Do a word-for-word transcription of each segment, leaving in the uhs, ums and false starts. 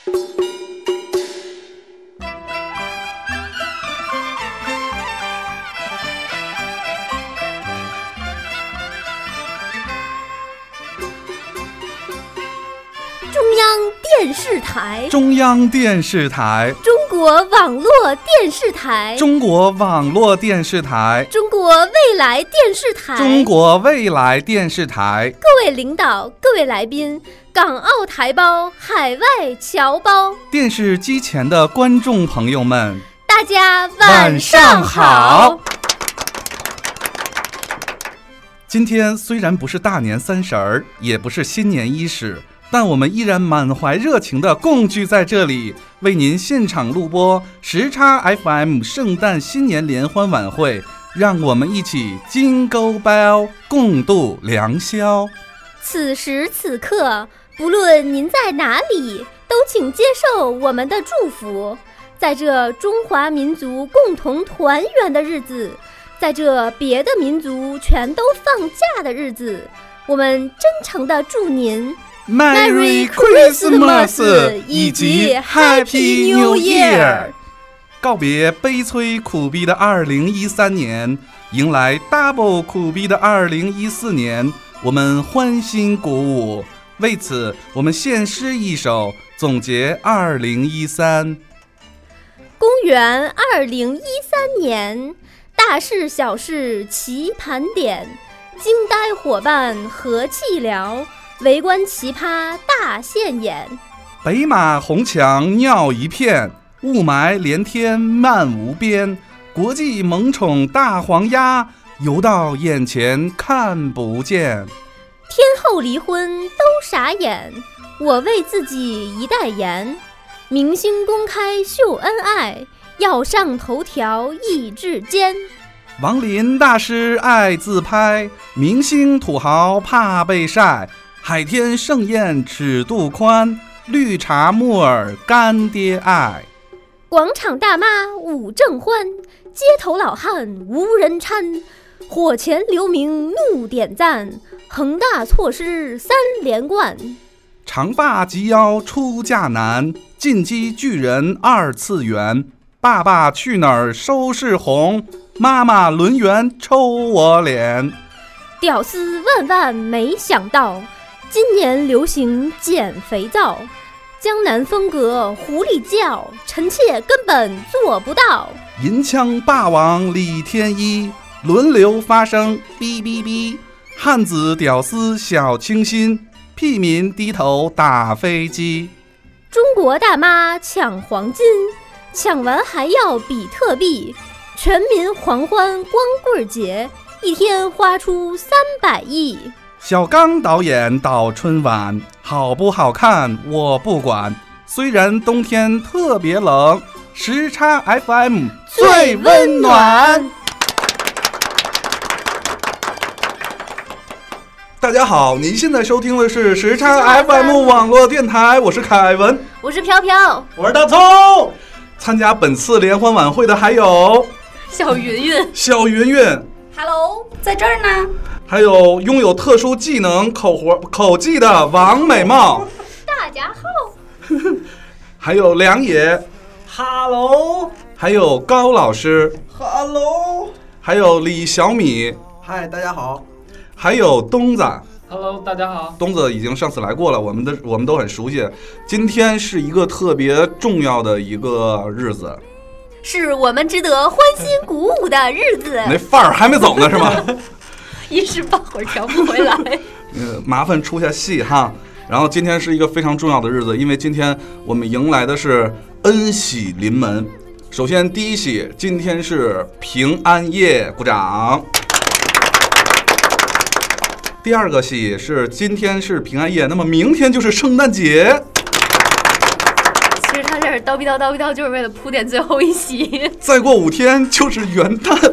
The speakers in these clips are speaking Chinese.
中央电视台， 中央电视台， 中国网络电视台， 中国网络电视台， 中国未来电视台， 中国未来电视台。 各位领导，各位来宾，港澳台胞，海外侨胞， 电视机前的观众朋友们， 大家晚上好。 今天虽然不是大年三十儿，也不是新年伊始，但我们依然满怀热情地共聚在这里，为您现场录播时差 F M 圣诞新年联欢晚会，让我们一起 Jingle Bell 共度良宵。 此时此刻，不论您在哪里，都请接受我们的祝福。在这中华民族共同团圆的日子，在这别的民族全都放假的日子，我们真诚地祝您 Merry Christmas 以及 Happy New Year！ 告别悲催苦逼的二零一三年，迎来 double 苦逼的二零一四年，我们欢欣鼓舞。为此，我们献诗一首，总结二零一三。 公元二零一三年，大事小事齐盘点，惊呆伙伴和气聊，围观奇葩大现眼。 北马红墙尿一片，雾霾连天漫无边，国际萌宠大黄鸭游到眼前看不见。 天后离婚都傻眼，我为自己一代言。明星公开秀恩爱，要上头条意志坚。 王林大师爱自拍，明星土豪怕被晒。海天盛宴尺度宽，绿茶木耳干爹爱。 广场大妈舞正欢，街头老汉无人搀。火前留名怒点赞，恒大措施三连冠。 长发及腰出嫁难，进击巨人二次元。爸爸去哪儿收视红，妈妈轮圆抽我脸。 屌丝万万没想到，今年流行减肥皂，江南风格狐狸叫，臣妾根本做不到。 银枪霸王李天一，轮流发声哔哔哔。汉子屌丝小清新，屁民低头打飞机。 中国大妈抢黄金，抢完还要比特币。全民狂欢光棍节，一天花出三百亿。 小刚导演导春晚，好不好看我不管，虽然冬天特别冷，时差 F M 最温暖。大家好，您现在收听的是时差 F M 网络电台，我是凯文， 我是飘飘， 我是大葱。 参加本次联欢晚会的还有小云云， 小云云 Hello， 在这儿呢。 还有拥有特殊技能口活口技的王美貌， 大家好。 还有梁野 Hello， 还有高老师 Hello， 还有李小米， 嗨，大家好。 还有东子 Hello， 大家好。 东子已经上次来过了，我们的我们都很熟悉。今天是一个特别重要的一个日子， 是我们值得欢欣鼓舞的日子。 那范儿还没走呢是吗？ 一时半会儿调不回来。 呃，麻烦出下戏哈。然后今天是一个非常重要的日子，因为今天我们迎来的是恩喜临门。首先第一喜，今天是平安夜，鼓掌。第二个喜是今天是平安夜，那么明天就是圣诞节。 其实他这儿叨逼叨叨逼叨，就是为了铺垫最后一喜。 再过五天就是元旦。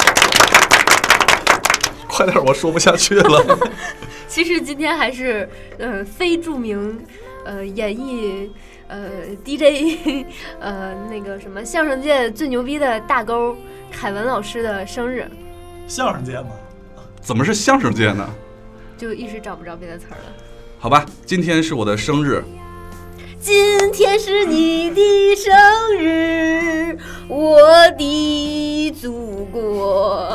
快点，我说不下去了。 其实今天还是呃非著名呃演艺呃 D J 呃那个什么相声界最牛逼的大钩凯文老师的生日。 相声界吗？ 怎么是相声界呢？ 就一时找不着别的词儿了。 好吧，今天是我的生日。 今今天是你的生日，我的祖国。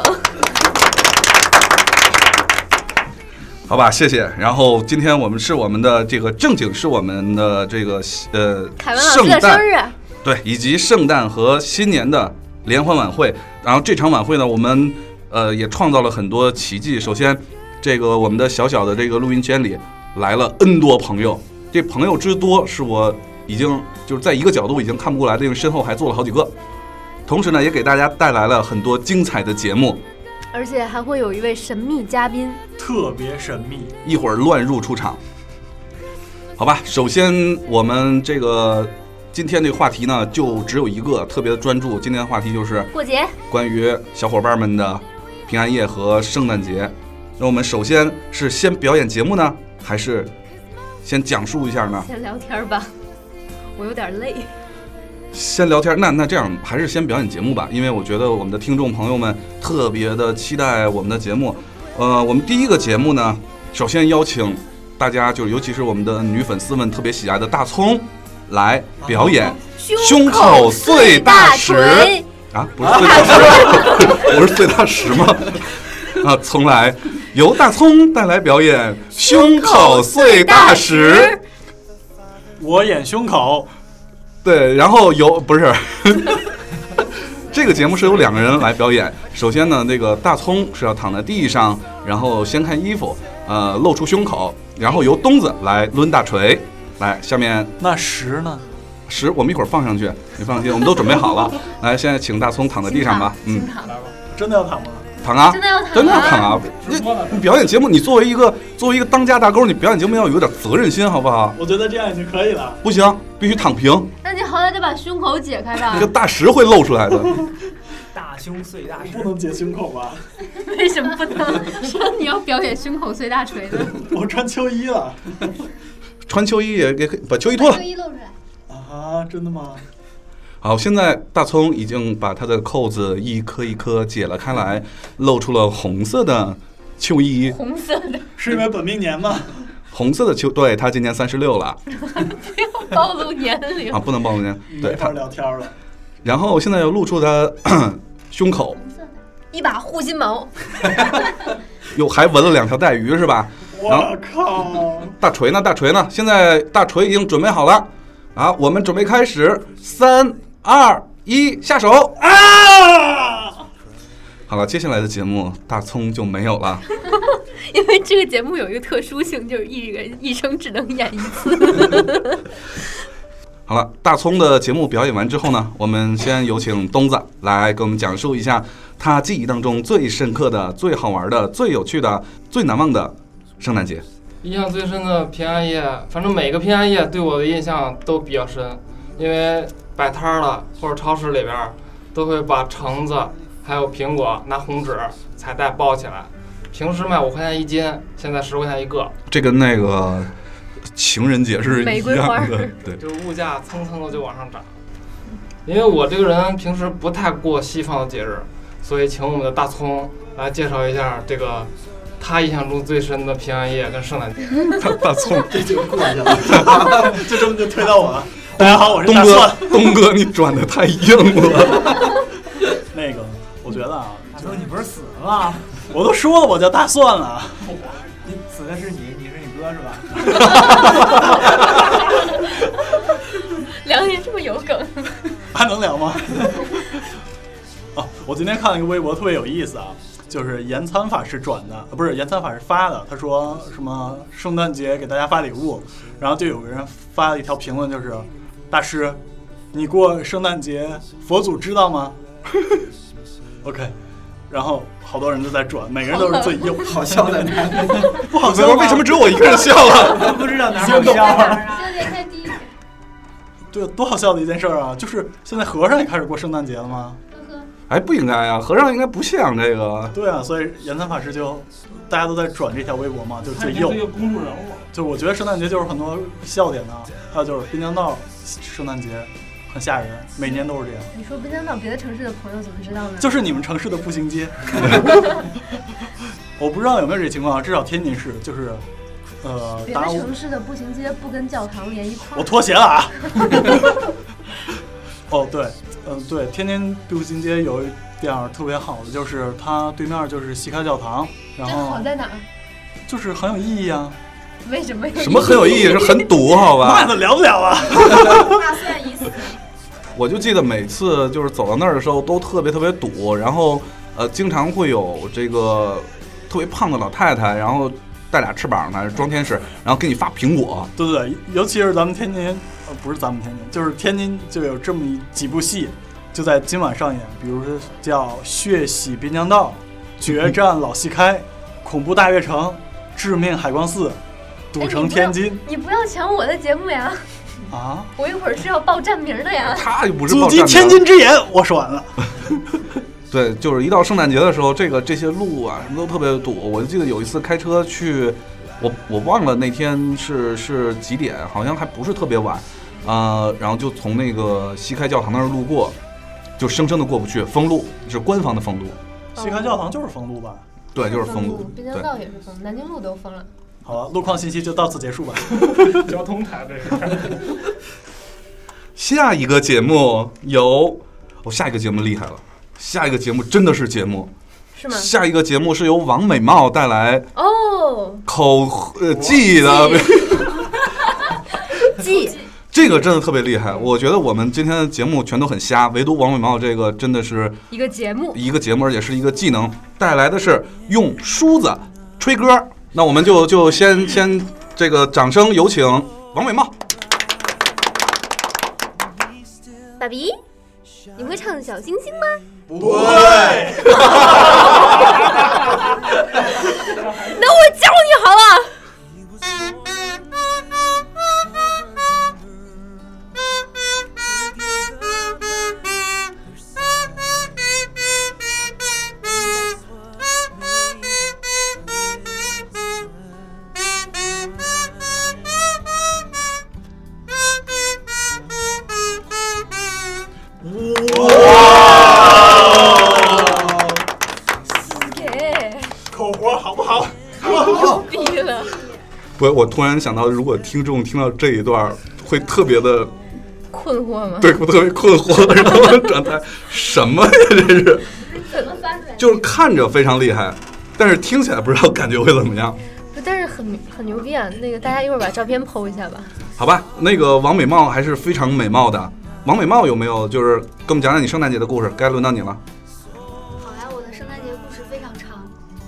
好吧，谢谢。然后今天我们是我们的这个正经是我们的这个呃凯文老师的生日， 对，以及圣诞和新年的联欢晚会。然后这场晚会呢，我们呃也创造了很多奇迹。首先，这个我们的小小的这个录音间里来了 N 多朋友，这朋友之多是我已经就是在一个角度已经看不过来的，因为身后还坐了好几个。同时呢，也给大家带来了很多精彩的节目。 而且还会有一位神秘嘉宾， 特别神秘， 一会儿乱入出场。好吧，首先我们这个今天这个话题呢，就只有一个，特别的专注。今天的话题就是过节， 关于小伙伴们的平安夜和圣诞节。那我们首先是先表演节目呢，还是先讲述一下呢？ 先聊天吧，我有点累。 先聊天，那那这样还是先表演节目吧，因为我觉得我们的听众朋友们特别的期待我们的节目。呃，我们第一个节目呢，首先邀请大家，就尤其是我们的女粉丝们特别喜爱的大葱来表演胸口碎大石啊，不是碎大石，不是碎大石吗？啊，重来，由大葱带来表演胸口碎大石。 我演胸口。 对，然后由不是这个节目是由两个人来表演。首先呢，那个大葱是要躺在地上，然后掀开衣服，呃，露出胸口，然后由东子来抡大锤。来，下面那石呢？ 石我们一会儿放上去，你放心，我们都准备好了。来，现在请大葱躺在地上吧。嗯， 真的要躺吗？ 躺啊， 真的要躺啊， 真的要躺啊！你你表演节目，你作为一个作为一个当家大钩，你表演节目要有点责任心，好不好？ 我觉得这样已经可以了。 不行，必须躺平。 那你好歹得把胸口解开吧。 那个大石会露出来的。 大胸碎大石， 不能解胸口吧？ 为什么不能？说你要表演胸口碎大锤的。 我穿秋衣了。 穿秋衣也给把秋衣脱了。 秋衣露出来。 啊，真的吗？ 好，现在大葱已经把他的扣子一颗一颗解了开来，露出了红色的秋衣。 红色的， 是因为本命年吗？ 红色的秋，对，他今年三十六了。 不要暴露年龄啊，不能暴露年龄。对， 没法聊天了。 然后现在又露出他胸口， 一把护心毛， 又还纹了两条带鱼是吧？ 我靠！ 大锤呢？大锤呢？现在大锤已经准备好了啊！我们准备开始，三二一，下手啊！好了，接下来的节目大葱就没有了， 因为这个节目有一个特殊性，就是一人一生只能演一次。 好了，大葱的节目表演完之后呢，我们先有请东子来给我们讲述一下他记忆当中最深刻的、最好玩的、最有趣的、最难忘的圣诞节。 印象最深的平安夜，反正每个平安夜对我的印象都比较深，因为摆摊了或者超市里边都会把橙子还有苹果拿红纸彩带包起来，平时卖五块钱一斤，现在十块钱一个。 这跟那个情人节是一样的，对， 就是物价蹭蹭的就往上涨。因为我这个人平时不太过西方的节日，所以请我们的大葱来介绍一下这个他印象中最深的平安夜跟圣诞节。 大葱这就过去了，就这么就推到我了。大家好，我是东大蒜。 哥，东哥，你转的太硬了。 那个，我觉得啊， 大葱你不是死了吗？ 我都说了，我叫大蒜了。 你死的是你，你是你哥是吧？ 梁爷这么有梗， 还能聊吗？哦，我今天看了一个微博，特别有意思啊。就是延参法师转的，不是延参法师发的。他说什么圣诞节给大家发礼物，然后就有个人发了一条评论，就是大师，你过圣诞节佛祖知道吗？OK， 然后好多人都在转，每个人都是最优好笑在哪里？ 不好笑吗？ 为什么只有我一个人笑了？ 不知道哪好笑啊？ 有点太低。 对，多好笑的一件事啊！就是现在和尚也开始过圣诞节了吗？ 哎，不应该啊，和尚应该不像这个。 对啊，所以延参法师就大家都在转这条微博嘛，就最右。 这个公主人物。 就我觉得圣诞节就是很多笑点啊，还有就是滨江道圣诞节很吓人，每年都是这样。 你说滨江道别的城市的朋友怎么知道呢？ 就是你们城市的步行街。我不知道有没有这情况，至少天津市就是呃， 别的城市的步行街不跟教堂连一块儿。 我脱鞋了啊！哦，对，嗯、呃，对，天津步行街有一点特别好的，就是它对面就是西开教堂，然后好在哪儿？ 就是很有意义啊。 为什么有意义？ 什么很有意义？是很堵，好吧？ 那聊不了啊。 大蒜已死。 我就记得每次就是走到那儿的时候都特别特别堵，然后呃，经常会有这个特别胖的老太太，然后带俩翅膀的装天使，然后给你发苹果。 对对对，尤其是咱们天津，呃，不是咱们天津，就是天津就有这么几部戏，就在今晚上演，比如说叫《血洗滨江道》、《决战老西开》、《恐怖大悦城》、《致命海光寺》、《赌城天津》 哎。你不要抢我的节目呀！ 啊！ 我一会儿是要报站名的呀。 他又不是报站名。 祖籍天津之眼，我说完了。 对，就是一到圣诞节的时候，这个这些路啊什么都特别的堵。我就记得有一次开车去，我我忘了那天是是几点，好像还不是特别晚，呃，然后就从那个西开教堂那儿路过，就生生的过不去，封路，是官方的封路。 西开教堂就是封路吧？ 对，就是封路。 滨江道也是封，南京路都封了。 好了，路况信息就到此结束吧。 交通台这个。 下一个节目有，哦，下一个节目厉害了。下一个节目真的是节目， 是吗？ 下一个节目是由王美貌带来哦口呃技的技， 这个真的特别厉害。我觉得我们今天的节目全都很瞎，唯独王美貌这个真的是一个节目， 一个节目，而且是一个技能，带来的是用梳子吹歌。那我们就就先先这个掌声有请王美貌。 爸比，你会唱小星星吗？ 不会。 那我教你好了。 我我突然想到，如果听众听到这一段，会特别的困惑吗？ 对，我特别困惑，然后状态什么呀？这是怎么发出来？ 就是看着非常厉害，但是听起来不知道感觉会怎么样。 但是很很牛逼啊！那个大家一会儿把照片 po 一下吧。 好吧，那个王美貌还是非常美貌的。王美貌有没有就是跟我们讲讲你圣诞节的故事？该轮到你了。 好呀，我的圣诞节故事非常长。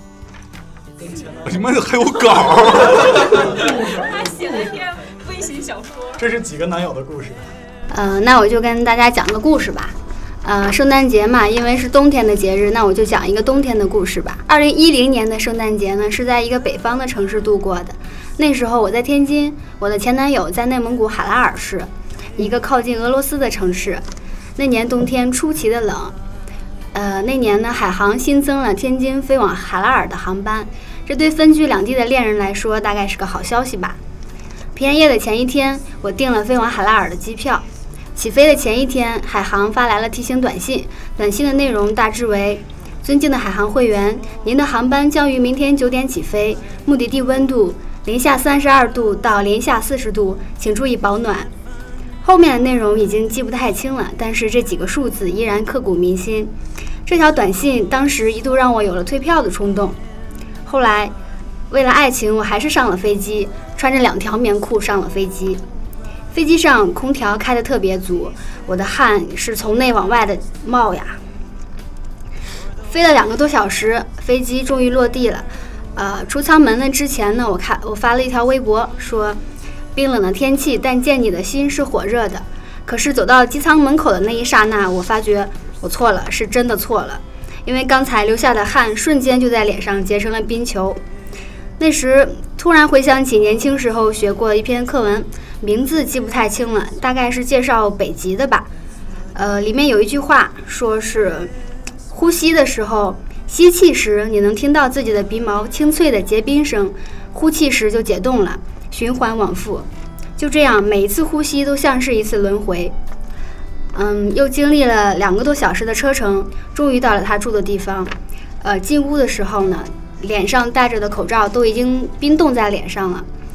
你们还有稿？ 他写了一篇微型小说。 这是几个男友的故事。 呃，那我就跟大家讲个故事吧。呃，圣诞节嘛，因为是冬天的节日，那我就讲一个冬天的故事吧。二零一零年的圣诞节呢，是在一个北方的城市度过的。那时候我在天津，我的前男友在内蒙古哈拉尔市，一个靠近俄罗斯的城市。那年冬天出奇的冷。呃，那年呢，海航新增了天津飞往哈拉尔的航班，这对分居两地的恋人来说，大概是个好消息吧。平安夜的前一天，我订了飞往哈拉尔的机票。起飞的前一天，海航发来了提醒短信，短信的内容大致为：尊敬的海航会员，您的航班将于明天九点起飞，目的地温度零下三十二度到零下四十度，请注意保暖。后面的内容已经记不太清了，但是这几个数字依然刻骨铭心。这条短信当时一度让我有了退票的冲动。后来，为了爱情，我还是上了飞机，穿着两条棉裤上了飞机。飞机上空调开得特别足，我的汗是从内往外的冒呀。飞了两个多小时，飞机终于落地了。呃，出舱门的之前呢，我看我发了一条微博说，冰冷的天气，但见你的心是火热的。可是走到机舱门口的那一刹那，我发觉我错了，是真的错了，因为刚才流下的汗瞬间就在脸上结成了冰球。那时突然回想起年轻时候学过一篇课文，名字记不太清了，大概是介绍北极的吧。呃，里面有一句话说是，呼吸的时候，吸气时你能听到自己的鼻毛清脆的结冰声，呼气时就解冻了，循环往复。就这样，每一次呼吸都像是一次轮回。嗯，又经历了两个多小时的车程，终于到了他住的地方。呃，进屋的时候呢，脸上戴着的口罩都已经冰冻在脸上了。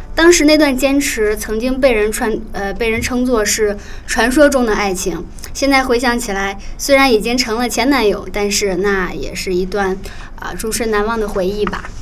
当时那段坚持曾经被人传呃被人称作是传说中的爱情。现在回想起来，虽然已经成了前男友，但是那也是一段啊、呃、终身难忘的回忆吧。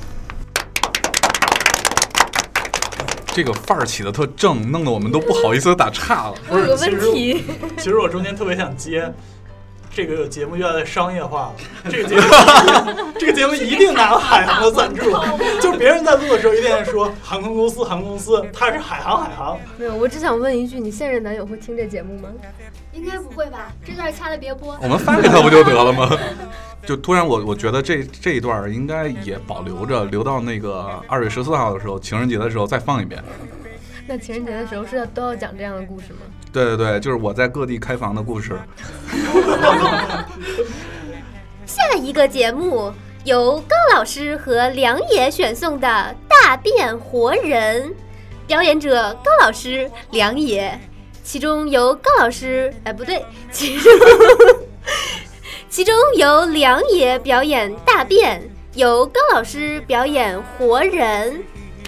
这个范儿起的特正，弄得我们都不好意思打岔了。 我有个问题， 其实我中间特别想接。这个节目越来越商业化了，这个节目这个节目一定拿了海航的赞助，就别人在录的时候一定说航空公司航空公司，他是海航海航。 没有，我只想问一句，你现任男友会听这节目吗？ 应该不会吧，这段掐了别播。 我们翻给他不就得了吗？就突然我我觉得这这一段应该也保留着，留到那个二月十四号的时候，情人节的时候再放一遍。 那情人节的时候是要都要讲这样的故事吗？ 对对对，就是我在各地开房的故事。 下一个节目由高老师和梁野选送的《大变活人》，表演者高老师、梁野，其中由高老师，哎不对，其中其中由梁野表演大变，由高老师表演活人。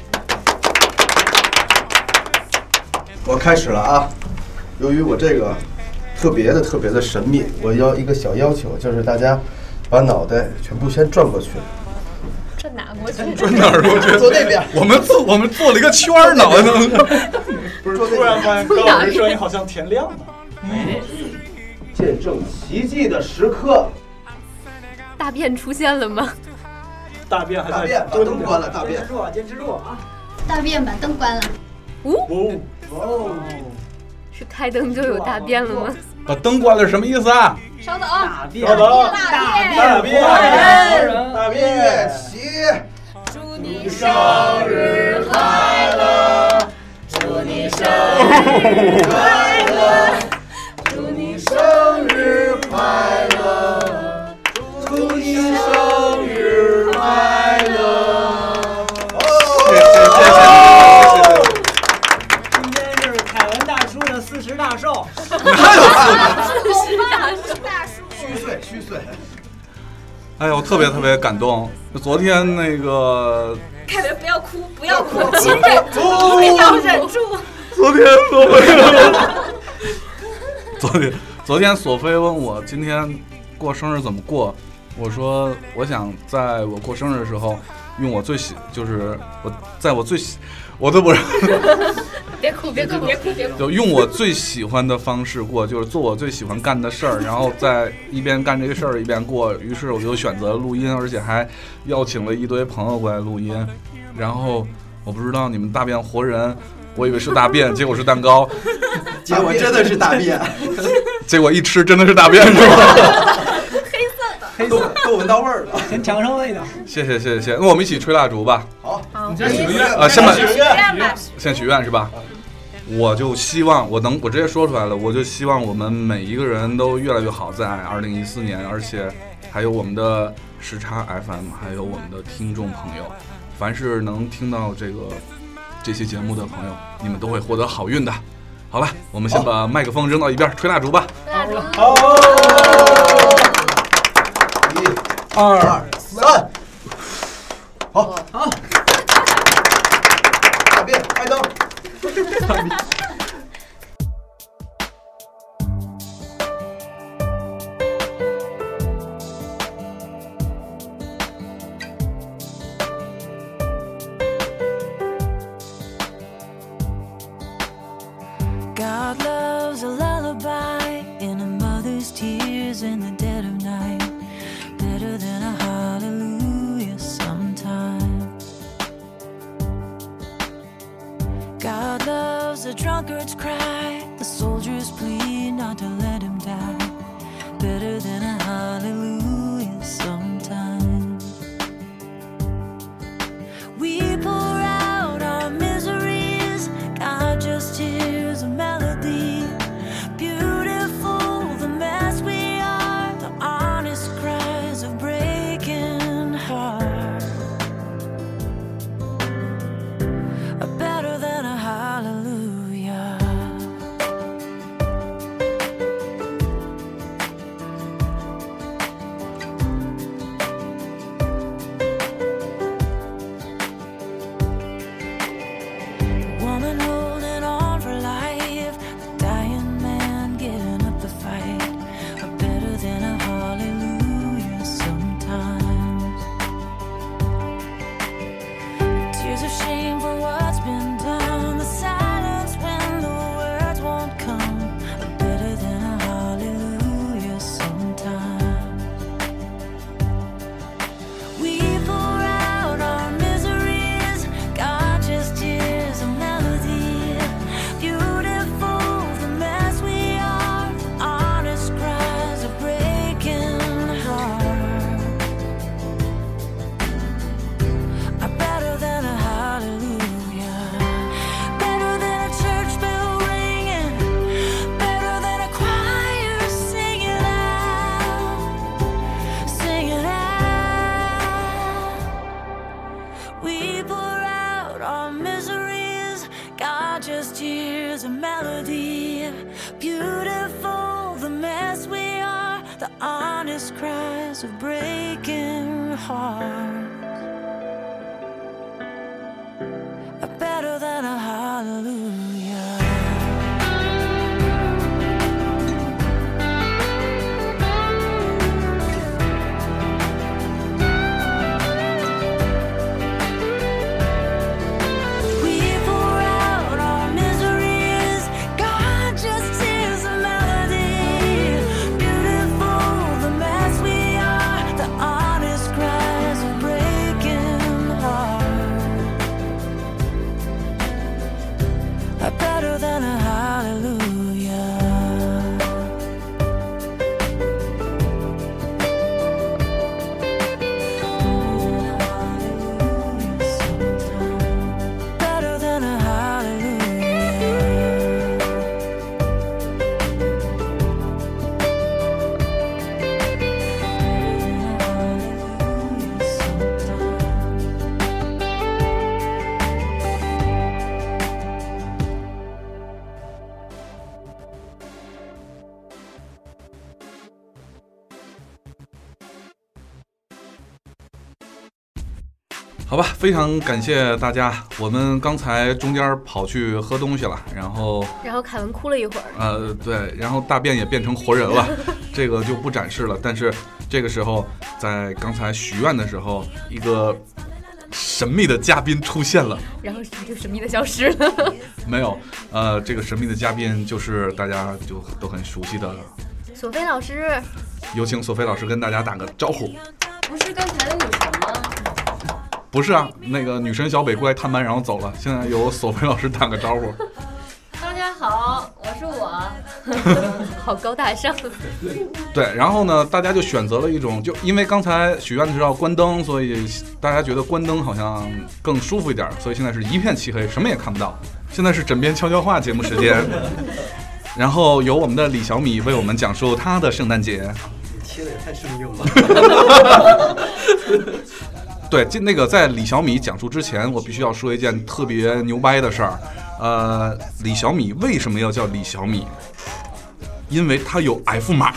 我开始了啊！由于我这个特别的特别的神秘，我要一个小要求，就是大家把脑袋全部先转过去。 转哪过去？ 转哪儿过去？ 坐那边。 我们做我们做了一个圈儿，脑袋能。 不是，突然发现高老师声音好像田亮的。 嗯，见证奇迹的时刻。 大便出现了吗？ 大便还在。 大便把灯关了，大便。 坚持住啊，坚持住啊！ 大便把灯关了。 哦哦， 是开灯就有大便了吗？ 把灯关了什么意思啊？ 稍等啊！ 大便， 大便， 大便， 大便起！ 祝你生日快乐！祝你生日快乐！祝你生日快乐！祝你生日快乐！ 谢谢谢谢谢谢。 今天是凯文大叔的四十大寿。 哪有四十大寿？ 虚岁虚岁。 哎呦，我特别特别感动。昨天那个， 凯文不要哭，不要哭，请忍住，一定要忍住。 昨天索菲，昨天昨天索菲问我今天过生日怎么过，我说我想在我过生日的时候，用我最喜，就是我在我最喜，我都不是。 别哭，别哭，别哭，别哭！ 就用我最喜欢的方式过，就是做我最喜欢干的事儿，然后在一边干这个事儿一边过。于是我就选择录音，而且还邀请了一堆朋友过来录音。然后我不知道你们大便活人，我以为是大便，结果是蛋糕， 结果真的是大便， 结果一吃真的是大便，是吧？ 黑色的， 黑色都闻到味儿了， 很抢手味道。 谢谢谢谢谢谢，那我们一起吹蜡烛吧。 好， 你先许个愿啊，先把许愿吧， 先许愿是吧？我就希望我能，我直接说出来了，我就希望我们每一个人都越来越好，在二零一四年，而且还有我们的时差 F M， 还有我们的听众朋友，凡是能听到这个这期节目的朋友，你们都会获得好运的。好了，我们先把麦克风扔到一边，吹蜡烛吧。 蜡烛。 好， 一、二、三，好，好，大便开灯。 God loves a lullaby in a mother's tears in the dead of night, better than a hallelujah sometimes. God loves a drunkard's cry, the soldier's plea not to let him die, better than a hallelujah sometimes. We pour out our miseries, God just hears a melody. Beautiful, the mess we are, the honest cries of breaking heart are better than a hallelujah. just here's a melody. Beautiful, the mess we are, the honest cries of breaking hearts are better than a hallelujah. Better than a hallelujah. Better than a hallelujah. 好吧，非常感谢大家。我们刚才中间跑去喝东西了，然后然后凯文哭了一会儿。 呃，对，然后大便也变成活人了，这个就不展示了。但是这个时候，在刚才许愿的时候，一个神秘的嘉宾出现了， 然后就神秘的消失了。 没有，呃，这个神秘的嘉宾就是大家就都很熟悉的索菲老师， 有请索菲老师跟大家打个招呼。 不是刚才的女神吗？ 不是啊，那个女神小北过来探班然后走了，现在由索菲老师打个招呼。 大家好，我是我。 好高大上。 对，然后呢，大家就选择了一种，就因为刚才许愿的时候要关灯，所以大家觉得关灯好像更舒服一点，所以现在是一片漆黑，什么也看不到。现在是枕边悄悄话节目时间，然后由我们的李小米为我们讲述他的圣诞节。 切的也太生硬了。 对，那个在李小米讲述之前，我必须要说一件特别牛掰的事儿。呃，李小米为什么要叫李小米？因为他有 F 码。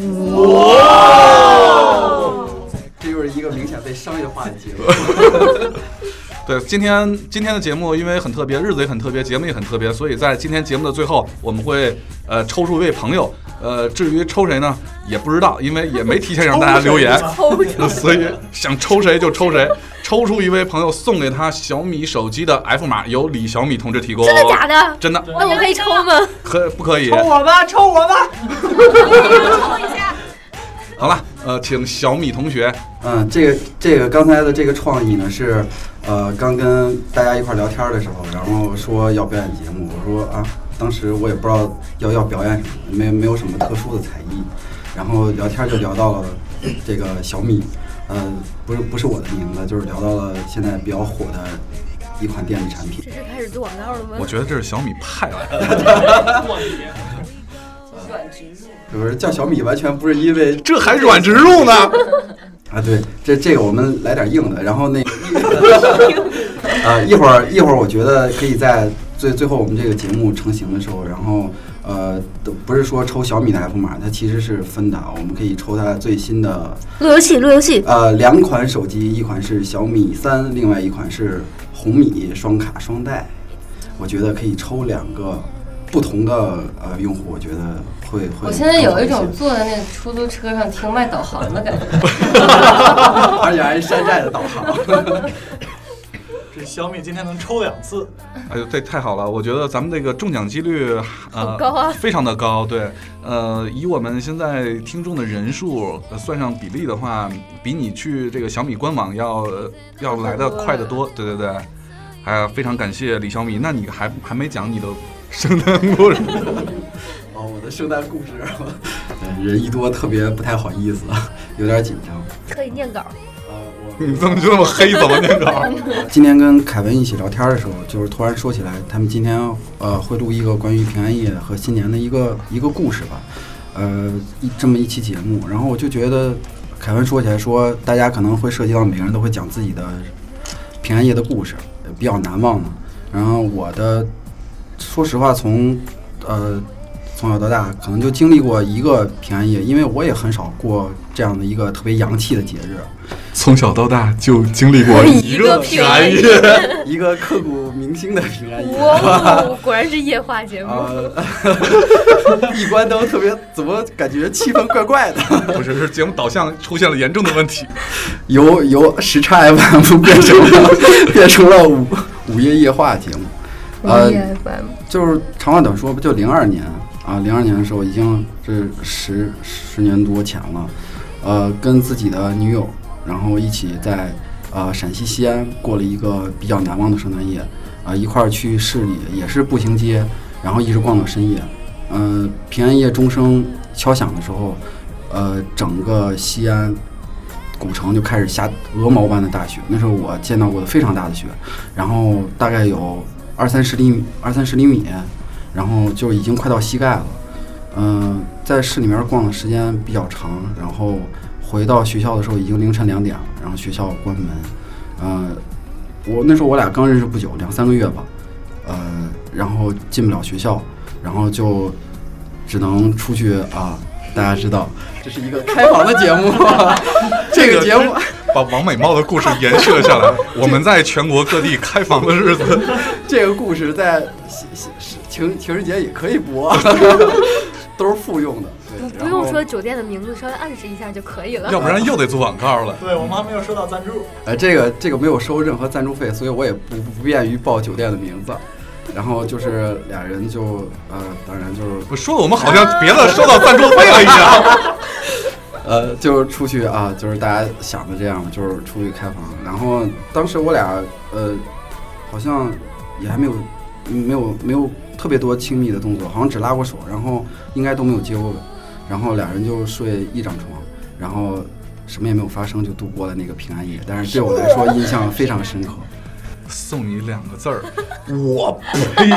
哇！这又是一个明显被商业化的节目。 对，今天今天的节目因为很特别，日子也很特别，节目也很特别，所以在今天节目的最后，我们会呃抽出一位朋友。呃，至于抽谁呢，也不知道，因为也没提前让大家留言，所以想抽谁就抽谁，抽出一位朋友送给他小米手机的 F 码，由李小米同志提供。 真的假的？ 真的。 那我可以抽吗？ 可不可以？ 抽我吧，抽我吧。 抽一下。 好了，呃，请小米同学。 嗯，这个这个刚才的这个创意呢是，呃，刚跟大家一块聊天的时候，然后说要表演节目，我说啊。当时我也不知道要要表演什么，没没有什么特殊的才艺，然后聊天就聊到了这个小米，呃，不是不是我的名字，就是聊到了现在比较火的一款电子产品。 这是开始做广告了吗？ 我觉得这是小米派来的。 软植入， 就是叫小米完全不是因为这还软植入呢。 啊，对，这这个我们来点硬的，然后那个啊，一会儿一会儿我觉得可以在。最最后我们这个节目成型的时候，然后呃，不是说抽小米的 F 码，它其实是分的，我们可以抽它最新的路由器，路由器。 呃，两款手机，一款是小米三，另外一款是红米双卡双待。我觉得可以抽两个不同的呃用户，我觉得会会。 我现在有一种坐在那个出租车上听麦导航的感觉， 而且还是山寨的导航。 这小米今天能抽两次， 哎呦，这太好了！我觉得咱们这个中奖几率呃好高啊， 非常的高。对，呃，以我们现在听众的人数、呃、算上比例的话，比你去这个小米官网要、呃、要来的快得多。对对对，还非常感谢李小米。那你还还没讲你的圣诞故事？ 哦，我的圣诞故事，人一多特别不太好意思，有点紧张。 可以念稿。 你这么就那么黑，怎么念稿？ 今天跟凯文一起聊天的时候，就是突然说起来，他们今天呃会录一个关于平安夜和新年的一个一个故事吧，呃，一这么一期节目，然后我就觉得凯文说起来说，大家可能会涉及到每个人都会讲自己的平安夜的故事，比较难忘的。然后我的说实话，从呃从小到大，可能就经历过一个平安夜，因为我也很少过这样的一个特别洋气的节日。 从小到大就经历过一个平安夜， 一个刻骨铭心的平安夜。 哇，果然是夜话节目。 呃、一关灯特别，怎么感觉气氛怪怪的？ 不是，是节目导向出现了严重的问题， 由由时差 F M 变成了变成了午午夜夜话节目。呃，就是长话短说，不就零二年啊？零二年的时候已经这十十年多前了。呃，跟自己的女友，然后一起在呃陕西西安过了一个比较难忘的圣诞夜，啊、呃，一块儿去市里也是步行街，然后一直逛到深夜。嗯、呃，平安夜钟声敲响的时候，呃，整个西安古城就开始下鹅毛般的大雪，那是我见到过的非常大的雪，然后大概有二三十厘米，二三十厘米，然后就已经快到膝盖了。嗯、呃，在市里面逛的时间比较长，然后回到学校的时候已经凌晨两点了，然后学校关门。呃，我那时候我俩刚认识不久，两三个月吧，呃，然后进不了学校，然后就只能出去啊。大家知道，这是一个开房的节目，这个节目把王美貌的故事延续了下来。我们在全国各地开房的日子， 这个故事在情情人节也可以播。都是复用的， 不不用说酒店的名字，稍微暗示一下就可以了。 要不然又得做广告了。 对，我们还没有收到赞助。 呃，这个这个没有收任何赞助费，所以我也不不便于报酒店的名字。然后就是俩人就呃，当然就是不说我们好像别的收到赞助费了一样。 呃，就是出去啊，就是大家想的这样，就是出去开房。然后当时我俩呃，好像也还没有没有没有。特别多亲密的动作，好像只拉过手，然后应该都没有接过吻，然后俩人就睡一张床，然后什么也没有发生，就度过了那个平安夜。但是对我来说印象非常深刻。 送你两个字儿，我呸！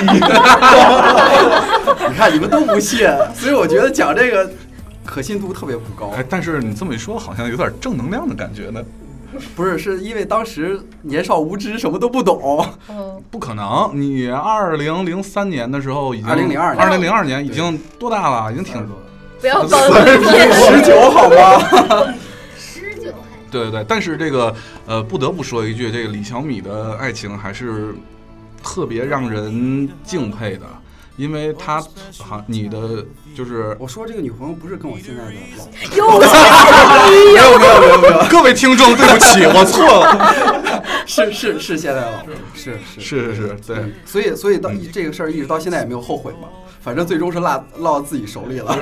你看你们都不信，所以我觉得讲这个可信度特别不高。 哎，但是你这么一说，好像有点正能量的感觉呢。 不是，是因为当时年少无知，什么都不懂。 哦， 不可能！你二零零三年的时候已经， 二零零二二零零二年已经多大了？已经挺多了。 不要暴露年龄，十九好吗？ 十九还。 对对对，但是这个呃，不得不说一句，这个李小米的爱情还是特别让人敬佩的。因为他，好，你的就是我说这个女朋友不是跟我现在的老婆， 又没有没有没有没有， 各位听众，对不起，我错了， 是是是现在的老婆，是是是是是，对， 所以所以到这个事儿一直到现在也没有后悔嘛，反正最终是落落到自己手里了，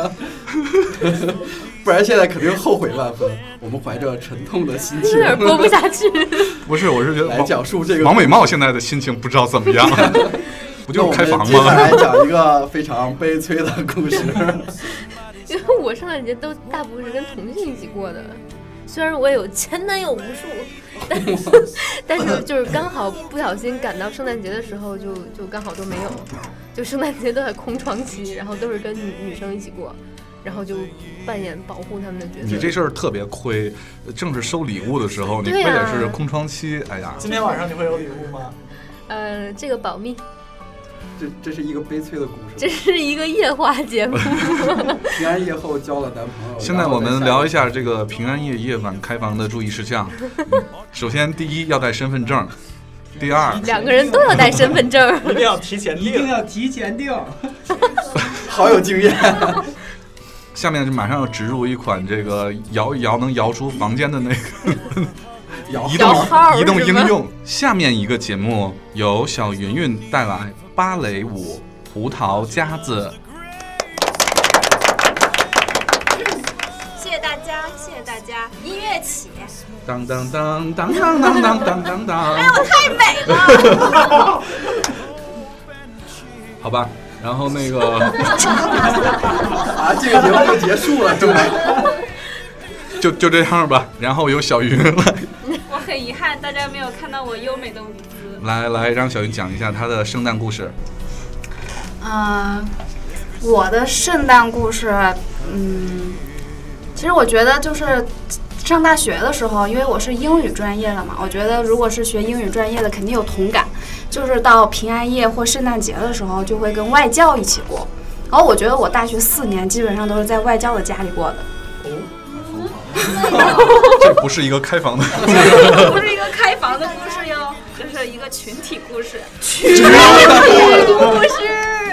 不然现在肯定后悔万分。我们怀着沉痛的心情， 有点播不下去。 不是，我是觉得来讲述这个王美貌现在的心情不知道怎么样。不就是开房吗？ 接下来讲一个非常悲催的故事。 因为我圣诞节都大部分是跟同性一起过的，虽然我也有前男友无数，但是但是就是刚好不小心赶到圣诞节的时候就，就就刚好都没有，就圣诞节都在空窗期，然后都是跟女女生一起过。然后就扮演保护他们的角色。 你这事儿特别亏，正是收礼物的时候，你非得是空窗期。哎呀， 今天晚上你会有礼物吗？ 呃，这个保密。 这这是一个悲催的故事。 这是一个夜话节目。 平安夜后交了男朋友。 现在我们聊一下这个平安夜夜晚开房的注意事项。首先，第一要带身份证。第二， 两个人都要带身份证， 一定要提前订， 一定要提前订。 好有经验。 下面就马上要植入一款这个摇一摇能摇出房间的那个移动移动应用。下面一个节目由小云云带来芭蕾舞《葡萄夹子》。 谢谢大家，谢谢大家，音乐起。 当当当当当当当当当当。 哎呦，太美了！ 好吧。然后那个啊，这个节目就结束了，对就就这样吧。然后由小云来， 我很遗憾大家没有看到我优美的舞姿。 来来，让小云讲一下她的圣诞故事。 嗯、呃，我的圣诞故事，嗯，其实我觉得就是上大学的时候，因为我是英语专业的嘛，我觉得如果是学英语专业的，肯定有同感。 就是到平安夜或圣诞节的时候，就会跟外教一起过。然后我觉得我大学四年基本上都是在外教的家里过的。 这不是一个开房的故事，不是一个开房的故事哟，这是一个群体故事。 群体故事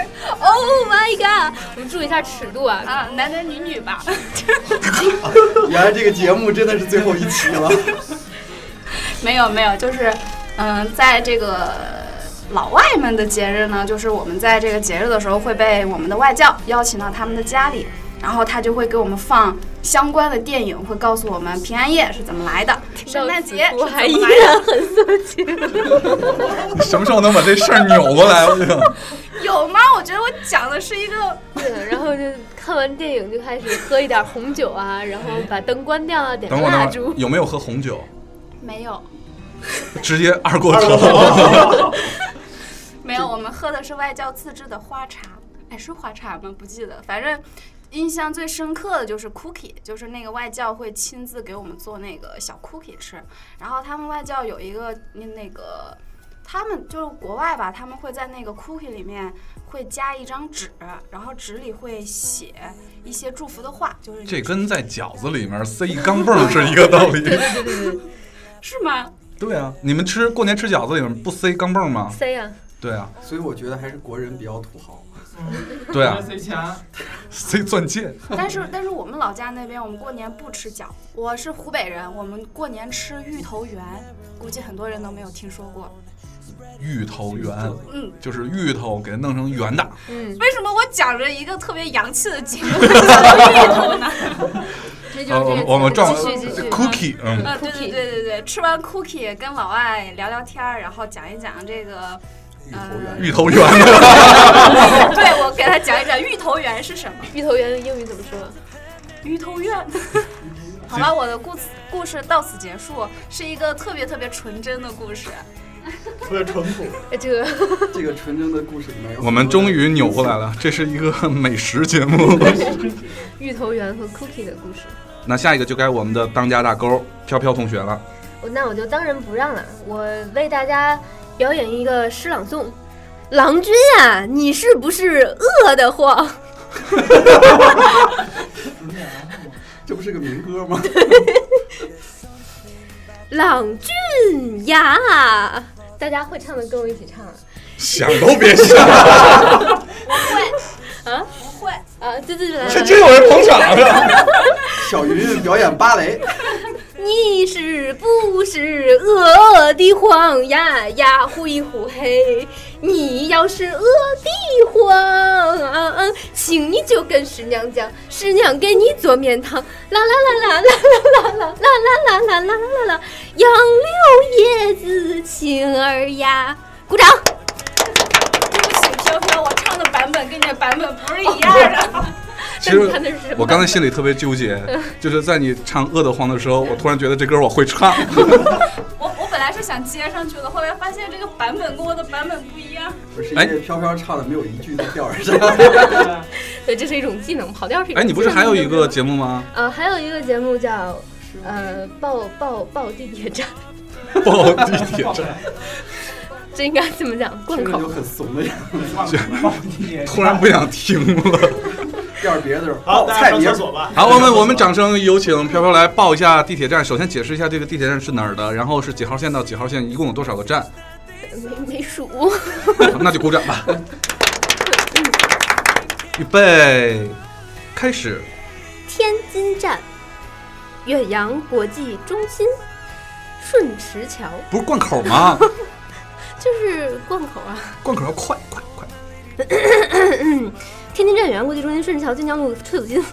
，Oh my god！ 我们注意一下尺度啊， 啊，男男女女吧。 原来这个节目真的是最后一期了。 没有没有，就是嗯、呃，在这个老外们的节日呢，就是我们在这个节日的时候会被我们的外教邀请到他们的家里。然后他就会给我们放相关的电影，会告诉我们平安夜是怎么来的，圣诞节是怎么来的。 很色情。 你什么时候能把这事儿扭过来？我觉得有吗？我觉得我讲的是一个。 对，然后就看完电影就开始喝一点红酒啊，然后把灯关掉啊，点等会儿蜡烛。 有没有喝红酒？ 没有。 直接二锅头。 没有，我们喝的是外教自制的花茶。哎，是花茶吗？不记得，反正。印象最深刻的就是 cookie， 就是那个外教会亲自给我们做那个小 cookie 吃。然后他们外教有一个那个，他们就是国外吧，他们会在那个 cookie 里面会加一张纸，然后纸里会写一些祝福的话，就是这跟在饺子里面塞一钢镚是一个道理。 对对对对对， 是吗？ 对啊，你们吃过年吃饺子里面不塞钢镚吗？ 塞啊。 对啊， 所以我觉得还是国人比较土豪。 对啊， 塞钱， 塞钻戒。 但是但是我们老家那边，我们过年不吃饺。我是湖北人，我们过年吃芋头圆，估计很多人都没有听说过。 芋头圆， 嗯， 就是芋头给它弄成圆的。 嗯，为什么我讲着一个特别洋气的节目讲芋头呢？ 这就是这个我们撞 cookie， 嗯， 啊，对对对对对，吃完 cookie 跟老外聊聊天，然后讲一讲这个。 芋头圆， 对，我给他讲一讲芋头圆是什么。 芋头圆的英语怎么说？ 芋头圆。好了，我的故事故事到此结束，是一个特别特别纯真的故事， 特别淳朴。 这个这个纯真的故事里面， 我们终于扭过来了，这是一个美食节目。 芋头圆和 cookie 的故事。 那下一个就该我们的当家大钩飘飘同学了。 那我就当仁不让了，我为大家。表演一个诗朗诵，郎君啊，你是不是饿得慌？ 这不是个民歌吗？ 郎君呀，大家会唱的跟我一起唱啊！ 想都别想。 我会啊，不会啊，对对对， 这真有人捧场了。 小云表演芭蕾。 你是不是饿得慌呀呀呼一呼嘿？你要是饿得慌，请你就跟师娘讲，师娘给你做面汤。啦啦啦啦啦啦啦啦啦啦啦啦啦啦，杨柳叶子青儿呀！鼓掌。 对不起，飘飘，我唱的版本跟你的版本不是一样的。 其实我刚才心里特别纠结，就是在你唱饿得慌的时候，我突然觉得这歌我会唱。 我我本来是想接上去的，后来发现这个版本跟我的版本不一样。 不是，因为飘飘唱的没有一句在调上。 对，这是一种技能，跑调是一种技能。 哎，你不是还有一个节目吗？ 呃，还有一个节目叫呃报报报地铁站。 报地铁站。 这应该怎么讲？贯口。 就很怂的样子。 突然不想听了。 要是别的， 好，大家上厕所吧。 好，我们我们掌声有请飘飘来报一下地铁站。首先解释一下这个地铁站是哪儿的，然后是几号线到几号线，一共有多少个站？ 没没数。 那就鼓掌吧。预备，开始。 天津站，远洋国际中心，顺池桥。 不是贯口吗？ 就是贯口啊。 贯口要快快快。 天津站远洋国际中心顺池桥晋江路崔子金。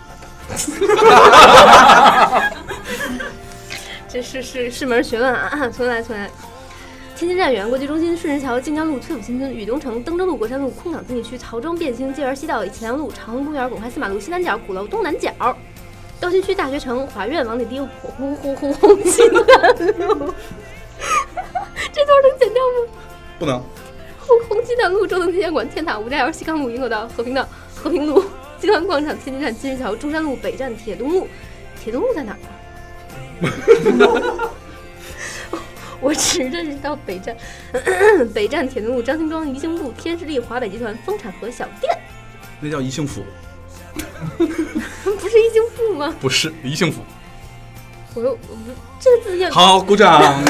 这是是是门学问啊！重来重来。天津站远洋国际中心顺池桥晋江路崔府新村禹东城登州路国山路空港经济区曹庄汴京街园西道秦阳路长虹公园广开四马路西南角鼓楼东南角高新区大学城华苑王李丁火呼呼呼红旗南路。这段能剪掉吗？ 不能。 红红旗南路中等纪念馆天塔吴家窑西康路营口道和平道和平路金湾广场天津站金石桥中山路北站铁东路铁东路在哪儿啊？ 我只认识到北站北站铁路张辛庄宜兴路天士力华北集团丰产河小店。 那叫宜兴府。 不是宜兴府吗？ 不是宜兴府。 我又我这个字念好，鼓掌。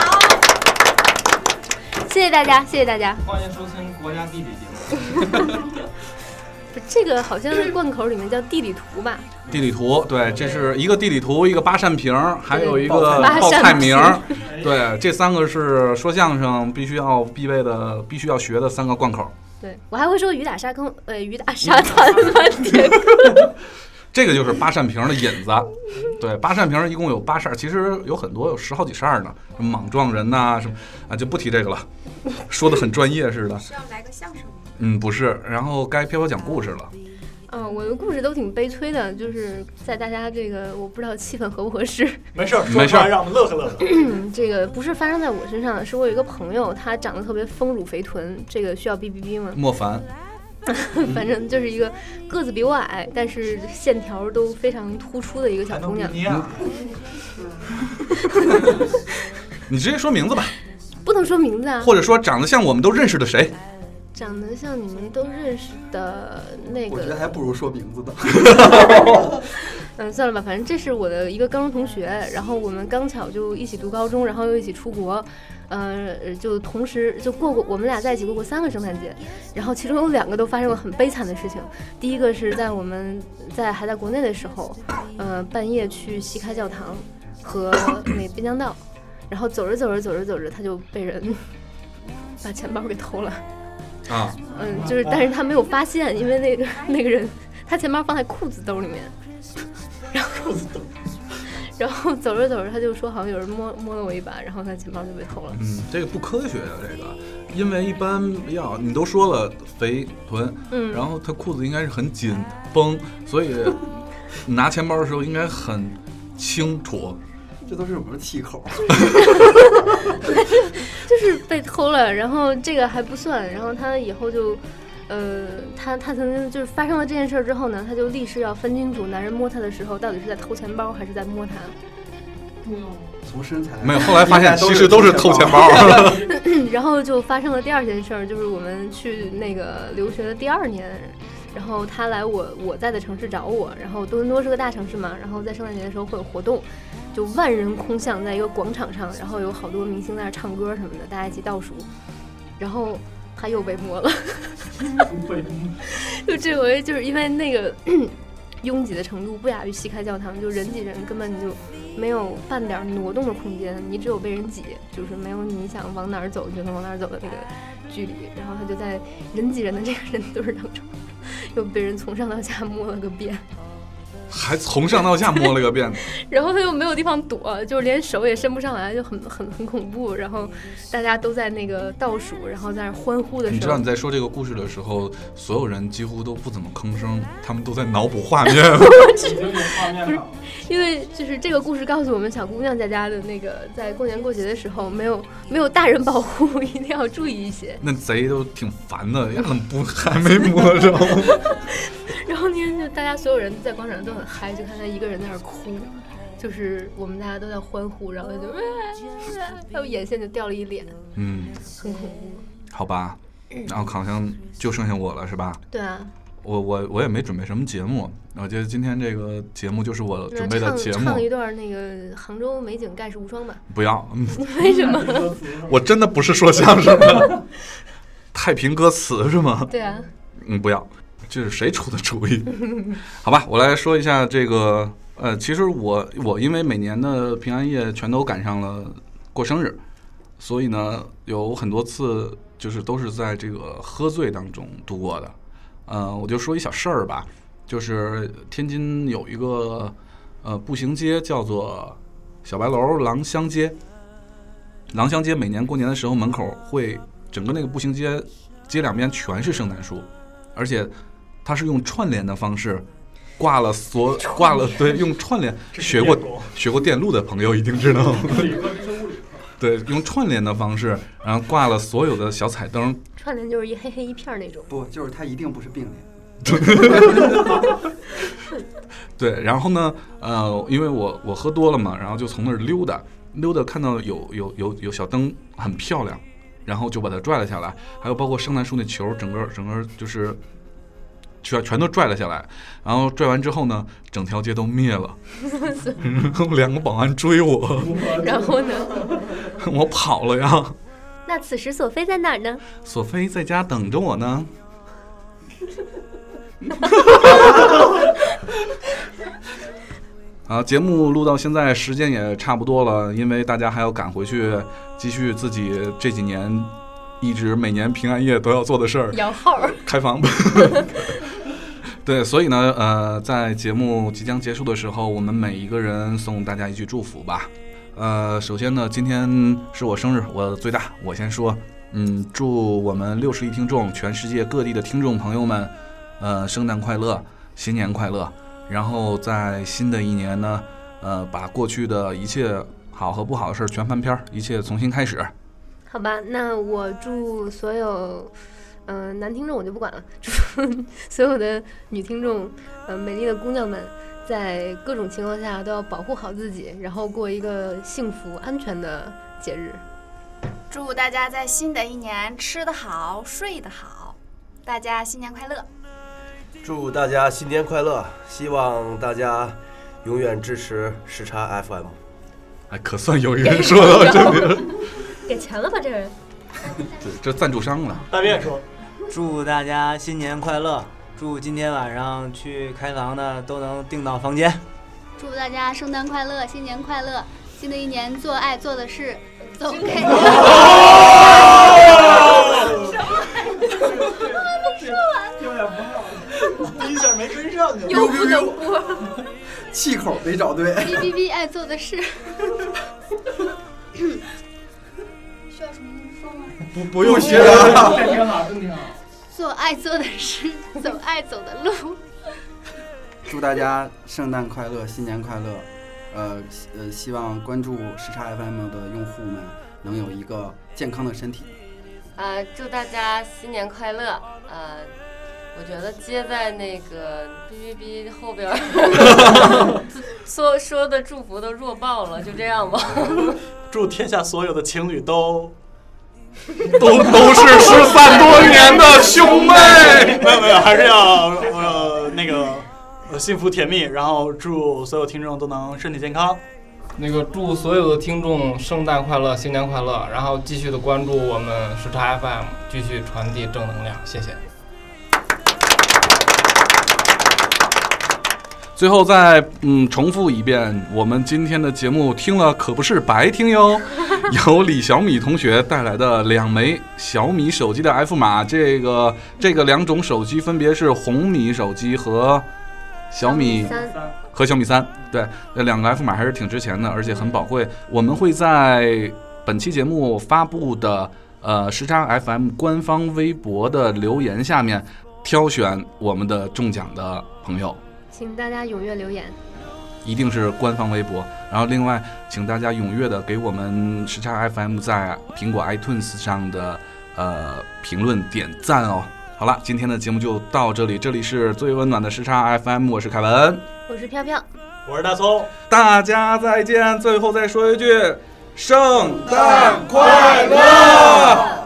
谢谢大家，谢谢大家。 欢迎收听国家地理节目。 这个好像是贯口里面叫地理图吧？ 地理图，对，这是一个地理图，一个八扇屏，还有一个报菜名。对，这三个是说相声必须要必备的、必须要学的三个贯口。 对，我还会说雨打沙坑，呃，雨打沙滩满铁坑。 这个就是八扇屏的引子。对，八扇屏一共有八扇，其实有很多，有十好几扇呢，什么莽撞人呐、啊，什么啊，就不提这个了，说的很专业似的。 是要来个相声吗？ 嗯，不是，然后该飘飘讲故事了。 嗯、呃，我的故事都挺悲催的，就是在大家这个我不知道气氛合不合适。 没事，没事，让我们乐呵乐呵。 这个不是发生在我身上的，是我有一个朋友，他长得特别丰乳肥臀，这个需要哔哔哔吗？ 莫凡。 反正就是一个个子比我矮，但是线条都非常突出的一个小姑娘。 你直接说名字吧。 不能说名字啊。 或者说长得像我们都认识的谁？ 长得像你们都认识的那个， 我觉得还不如说名字呢。 嗯，算了吧，反正这是我的一个高中同学，然后我们刚巧就一起读高中，然后又一起出国，呃，就同时就过过，我们俩在一起过过三个圣诞节，然后其中有两个都发生了很悲惨的事情。第一个是在我们在还在国内的时候，呃，半夜去西开教堂和那滨江道，然后走着走着走着走着，他就被人把钱包给偷了。 啊， 嗯，就是，但是他没有发现，因为那个那个人，他钱包放在裤子兜里面，然后，然后走着走着，他就说好像有人摸摸了我一把，然后他钱包就被偷了。 嗯，这个不科学啊，这个，因为一般要你都说了肥臀，嗯，然后他裤子应该是很紧绷，所以拿钱包的时候应该很清楚。 这都是什么气口？ 就是被偷了，然后这个还不算，然后他以后就，呃，他他曾经就是发生了这件事之后呢，他就立誓要分清楚男人摸他的时候到底是在偷钱包还是在摸他。 从身材没有，后来发现其实都是偷钱包。 然后就发生了第二件事，就是我们去那个留学的第二年。然后他来我我在的城市找我，然后多伦多是个大城市嘛，然后在圣诞节的时候会有活动，就万人空巷在一个广场上，然后有好多明星在那唱歌什么的，大家一起倒数，然后他又被摸了。就这回就是因为那个拥挤的程度不亚于西开教堂，就人挤人，根本就没有半点挪动的空间，你只有被人挤，就是没有你想往哪儿走就能往哪儿走的那个距离，然后他就在人挤人的这个人堆当中又被人从上到下摸了个遍， 还从上到下摸了个遍。 然后他又没有地方躲，就是连手也伸不上来，就很很很恐怖。然后大家都在那个倒数，然后在那欢呼的时候， 你知道你在说这个故事的时候，所有人几乎都不怎么吭声，他们都在脑补画面。 不是，因为就是这个故事告诉我们，小姑娘家家的那个在过年过节的时候，没有没有大人保护，一定要注意一些。 那贼都挺烦的，呀，怎么不还没摸着？ 然后那天就大家所有人在广场上都很嗨，就看他一个人在那儿哭，就是我们大家都在欢呼，然后他就，还有眼线就掉了一脸， 嗯， 很恐怖。 好吧，然后好像就剩下我了，是吧？ 对啊。 我我我也没准备什么节目，我觉得今天这个节目就是我准备的节目。 唱, 唱一段那个杭州美景盖世无双吧。 不要。 为什么？ 我真的不是说相声的。太平歌词是吗？ 对啊。 嗯，不要。这是谁出的主意？好吧，我来说一下这个。呃，其实我我因为每年的平安夜全都赶上了过生日，所以呢有很多次就是都是在这个喝醉当中度过的。呃，我就说一小事儿吧，就是天津有一个呃步行街叫做小白楼郎香街。郎香街每年过年的时候门口会整个那个步行街街两边全是圣诞树，而且它是用串联的方式挂了所挂了对用串联学过学过电路的朋友一定知道。对，用串联的方式，然后挂了所有的小彩灯。 串联就是一黑黑一片那种。 不，就是它一定不是并联。 对，然后呢，呃，因为我我喝多了嘛，然后就从那儿溜达， 溜达看到有有有有小灯很漂亮，然后就把它拽了下来，还有包括圣诞树那球，整个整个就是全全都拽了下来，然后拽完之后呢，整条街都灭了，然后两个保安追我， 然后呢， 我跑了呀。 那此时索菲在哪儿呢？ 索菲在家等着我呢。好，节目录到现在时间也差不多了，因为大家还要赶回去继续自己这几年一直每年平安夜都要做的事儿， 摇号开房。对，所以呢，呃，在节目即将结束的时候，我们每一个人送大家一句祝福吧。呃，首先呢，今天是我生日，我最大，我先说，嗯，祝我们六十亿听众，全世界各地的听众朋友们，呃，圣诞快乐，新年快乐。然后在新的一年呢，呃，把过去的一切好和不好的事全翻篇，一切重新开始。 好吧，那我祝所有，嗯、呃，男听众我就不管了，祝所有的女听众，呃，美丽的姑娘们，在各种情况下都要保护好自己，然后过一个幸福安全的节日。 祝大家在新的一年吃得好，睡得好，大家新年快乐！ 祝大家新年快乐！希望大家永远支持时差 F M。 哎，可算有人说到这里， 给钱了吧这人？ 这这赞助商了。 大便说， 祝大家新年快乐！祝今天晚上去开房的都能订到房间。 祝大家圣诞快乐，新年快乐！新的一年做爱做的事，走开。 一下没跟上去， 又不能播， 气口没找对。 哔哔哔，爱做的事。需要什么说吗？ 不不用学了， 这挺好，真挺好。 做爱做的事，走爱走的路。 祝大家圣诞快乐，新年快乐。呃呃，希望关注时差 F M 的用户们能有一个健康的身体。 呃，祝大家新年快乐。呃，我觉得接在那个哔哔哔后边说说的祝福都弱爆了，就这样吧。 祝天下所有的情侣都都都是失散多年的兄妹。 没有没有，还是要呃那个呃幸福甜蜜，然后祝所有听众都能身体健康。 那个祝所有的听众圣诞快乐，新年快乐，然后继续的关注我们时差 F M， 继续传递正能量，谢谢。 最后再嗯重复一遍，我们今天的节目听了可不是白听哟，由李小米同学带来的两枚小米手机的 F 码，这个这个两种手机分别是红米手机和小米和小米三，对，这两个 F 码还是挺值钱的，而且很宝贵。我们会在本期节目发布的呃时差 F M 官方微博的留言下面挑选我们的中奖的朋友。 请大家踊跃留言， 一定是官方微博。然后另外，请大家踊跃的给我们时差 F M 在苹果 iTunes 上的呃评论点赞哦。好了，今天的节目就到这里，这里是最温暖的时差 F M， 我是凯文， 我是飘飘， 我是大葱， 大家再见。最后再说一句，圣诞快乐！